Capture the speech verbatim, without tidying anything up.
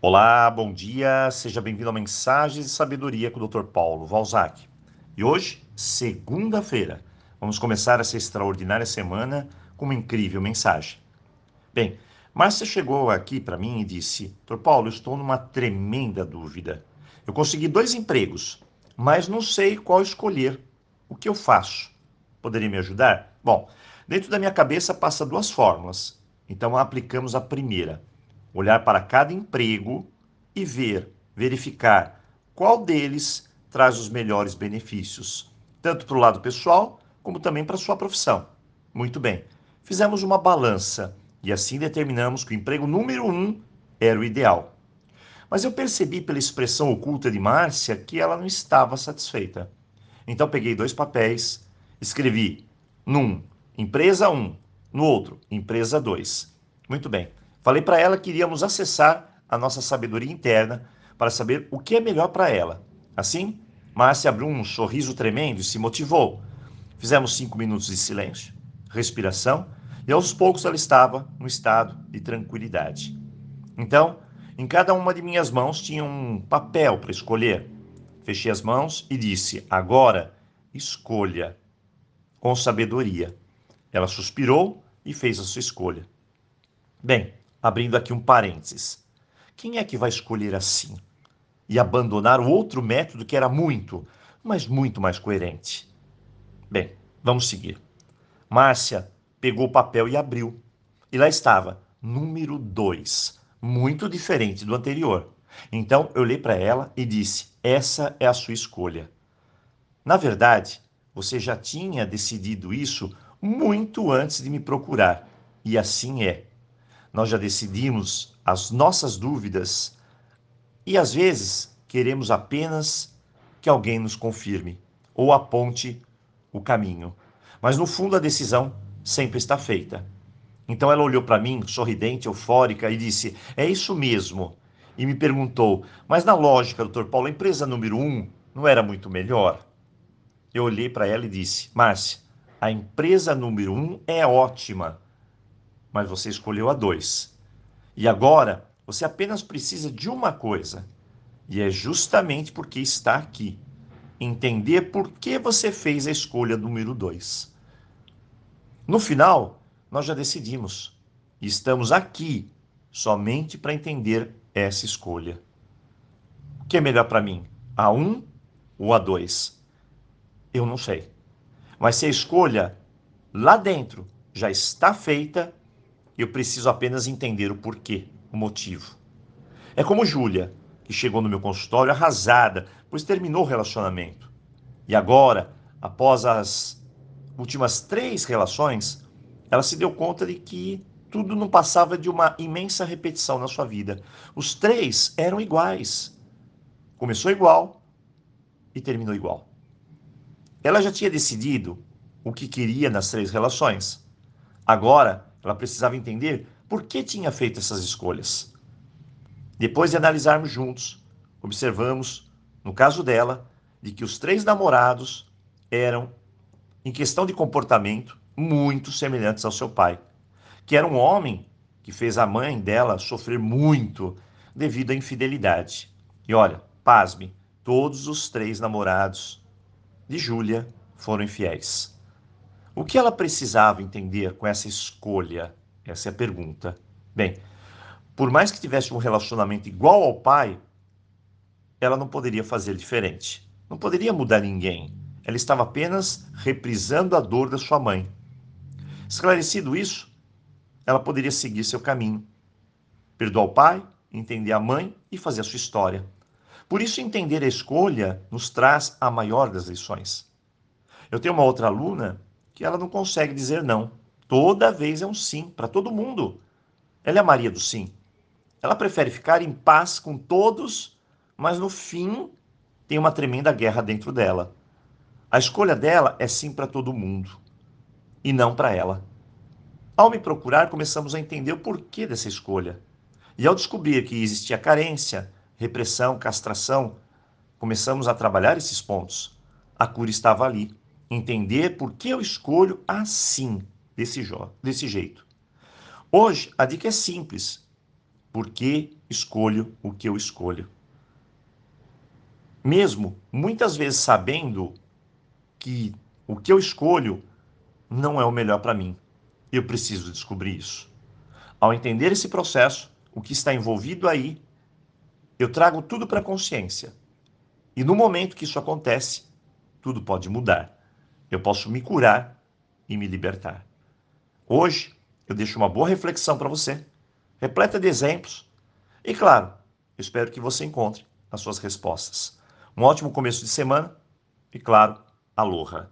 Olá, bom dia, seja bem-vindo a Mensagens de Sabedoria com o doutor Paulo Valzac. E hoje, segunda-feira, vamos começar essa extraordinária semana com uma incrível mensagem. Bem, Márcia chegou aqui para mim e disse: doutor Paulo, eu estou numa tremenda dúvida. Eu consegui dois empregos, mas não sei qual escolher. O que eu faço? Poderia me ajudar? Bom, dentro da minha cabeça passa duas fórmulas. Então aplicamos a primeira: olhar para cada emprego e ver, verificar qual deles traz os melhores benefícios, tanto para o lado pessoal como também para a sua profissão. Muito bem, fizemos uma balança e assim determinamos que o emprego número um era o ideal. Mas eu percebi pela expressão oculta de Márcia que ela não estava satisfeita. Então peguei dois papéis, escrevi num empresa um, no outro empresa dois. Muito bem. Falei para ela que iríamos acessar a nossa sabedoria interna para saber o que é melhor para ela. Assim, Márcia abriu um sorriso tremendo e se motivou. Fizemos cinco minutos de silêncio, respiração, e aos poucos ela estava num estado de tranquilidade. Então, em cada uma de minhas mãos tinha um papel para escolher. Fechei as mãos e disse: agora escolha com sabedoria. Ela suspirou e fez a sua escolha. Bem, abrindo aqui um parênteses. Quem é que vai escolher assim e abandonar o outro método que era muito, mas muito mais coerente? Bem, vamos seguir. Márcia pegou o papel e abriu. E lá estava, número dois, muito diferente do anterior. Então eu olhei para ela e disse: essa é a sua escolha. Na verdade, você já tinha decidido isso muito antes de me procurar. E assim é. Nós já decidimos as nossas dúvidas e às vezes queremos apenas que alguém nos confirme ou aponte o caminho. Mas no fundo a decisão sempre está feita. Então ela olhou para mim, sorridente, eufórica, e disse: é isso mesmo. E me perguntou: mas na lógica, doutor Paulo, a empresa número um não era muito melhor? Eu olhei para ela e disse: Márcia, a empresa número um é ótima, mas você escolheu a dois. E agora você apenas precisa de uma coisa, e é justamente porque está aqui. Entender por que você fez a escolha número dois. No final, nós já decidimos. E estamos aqui somente para entender essa escolha. O que é melhor para mim? A um ou a dois? Eu não sei. Mas se a escolha lá dentro já está feita, eu preciso apenas entender o porquê, o motivo. É como Júlia, que chegou no meu consultório arrasada, pois terminou o relacionamento. E agora, após as últimas três relações, ela se deu conta de que tudo não passava de uma imensa repetição na sua vida. Os três eram iguais. Começou igual e terminou igual. Ela já tinha decidido o que queria nas três relações. Agora, ela precisava entender por que tinha feito essas escolhas. Depois de analisarmos juntos, observamos, no caso dela, de que os três namorados eram, em questão de comportamento, muito semelhantes ao seu pai, que era um homem que fez a mãe dela sofrer muito devido à infidelidade. E olha, pasme, todos os três namorados de Júlia foram infiéis. O que ela precisava entender com essa escolha? Essa é a pergunta. Bem, por mais que tivesse um relacionamento igual ao pai, ela não poderia fazer diferente. Não poderia mudar ninguém. Ela estava apenas reprisando a dor da sua mãe. Esclarecido isso, ela poderia seguir seu caminho, perdoar o pai, entender a mãe e fazer a sua história. Por isso, entender a escolha nos traz a maior das lições. Eu tenho uma outra aluna que ela não consegue dizer não. Toda vez é um sim para todo mundo. Ela é a Maria do sim. Ela prefere ficar em paz com todos, mas no fim tem uma tremenda guerra dentro dela. A escolha dela é sim para todo mundo e não para ela. Ao me procurar, começamos a entender o porquê dessa escolha. E ao descobrir que existia carência, repressão, castração, começamos a trabalhar esses pontos. A cura estava ali. Entender por que eu escolho assim, desse, desse jeito. Hoje, a dica é simples. Por que escolho o que eu escolho? Mesmo muitas vezes sabendo que o que eu escolho não é o melhor para mim. Eu preciso descobrir isso. Ao entender esse processo, o que está envolvido aí, eu trago tudo para a consciência. E no momento que isso acontece, tudo pode mudar. Eu posso me curar e me libertar. Hoje, eu deixo uma boa reflexão para você, repleta de exemplos. E claro, eu espero que você encontre as suas respostas. Um ótimo começo de semana e, claro, aloha!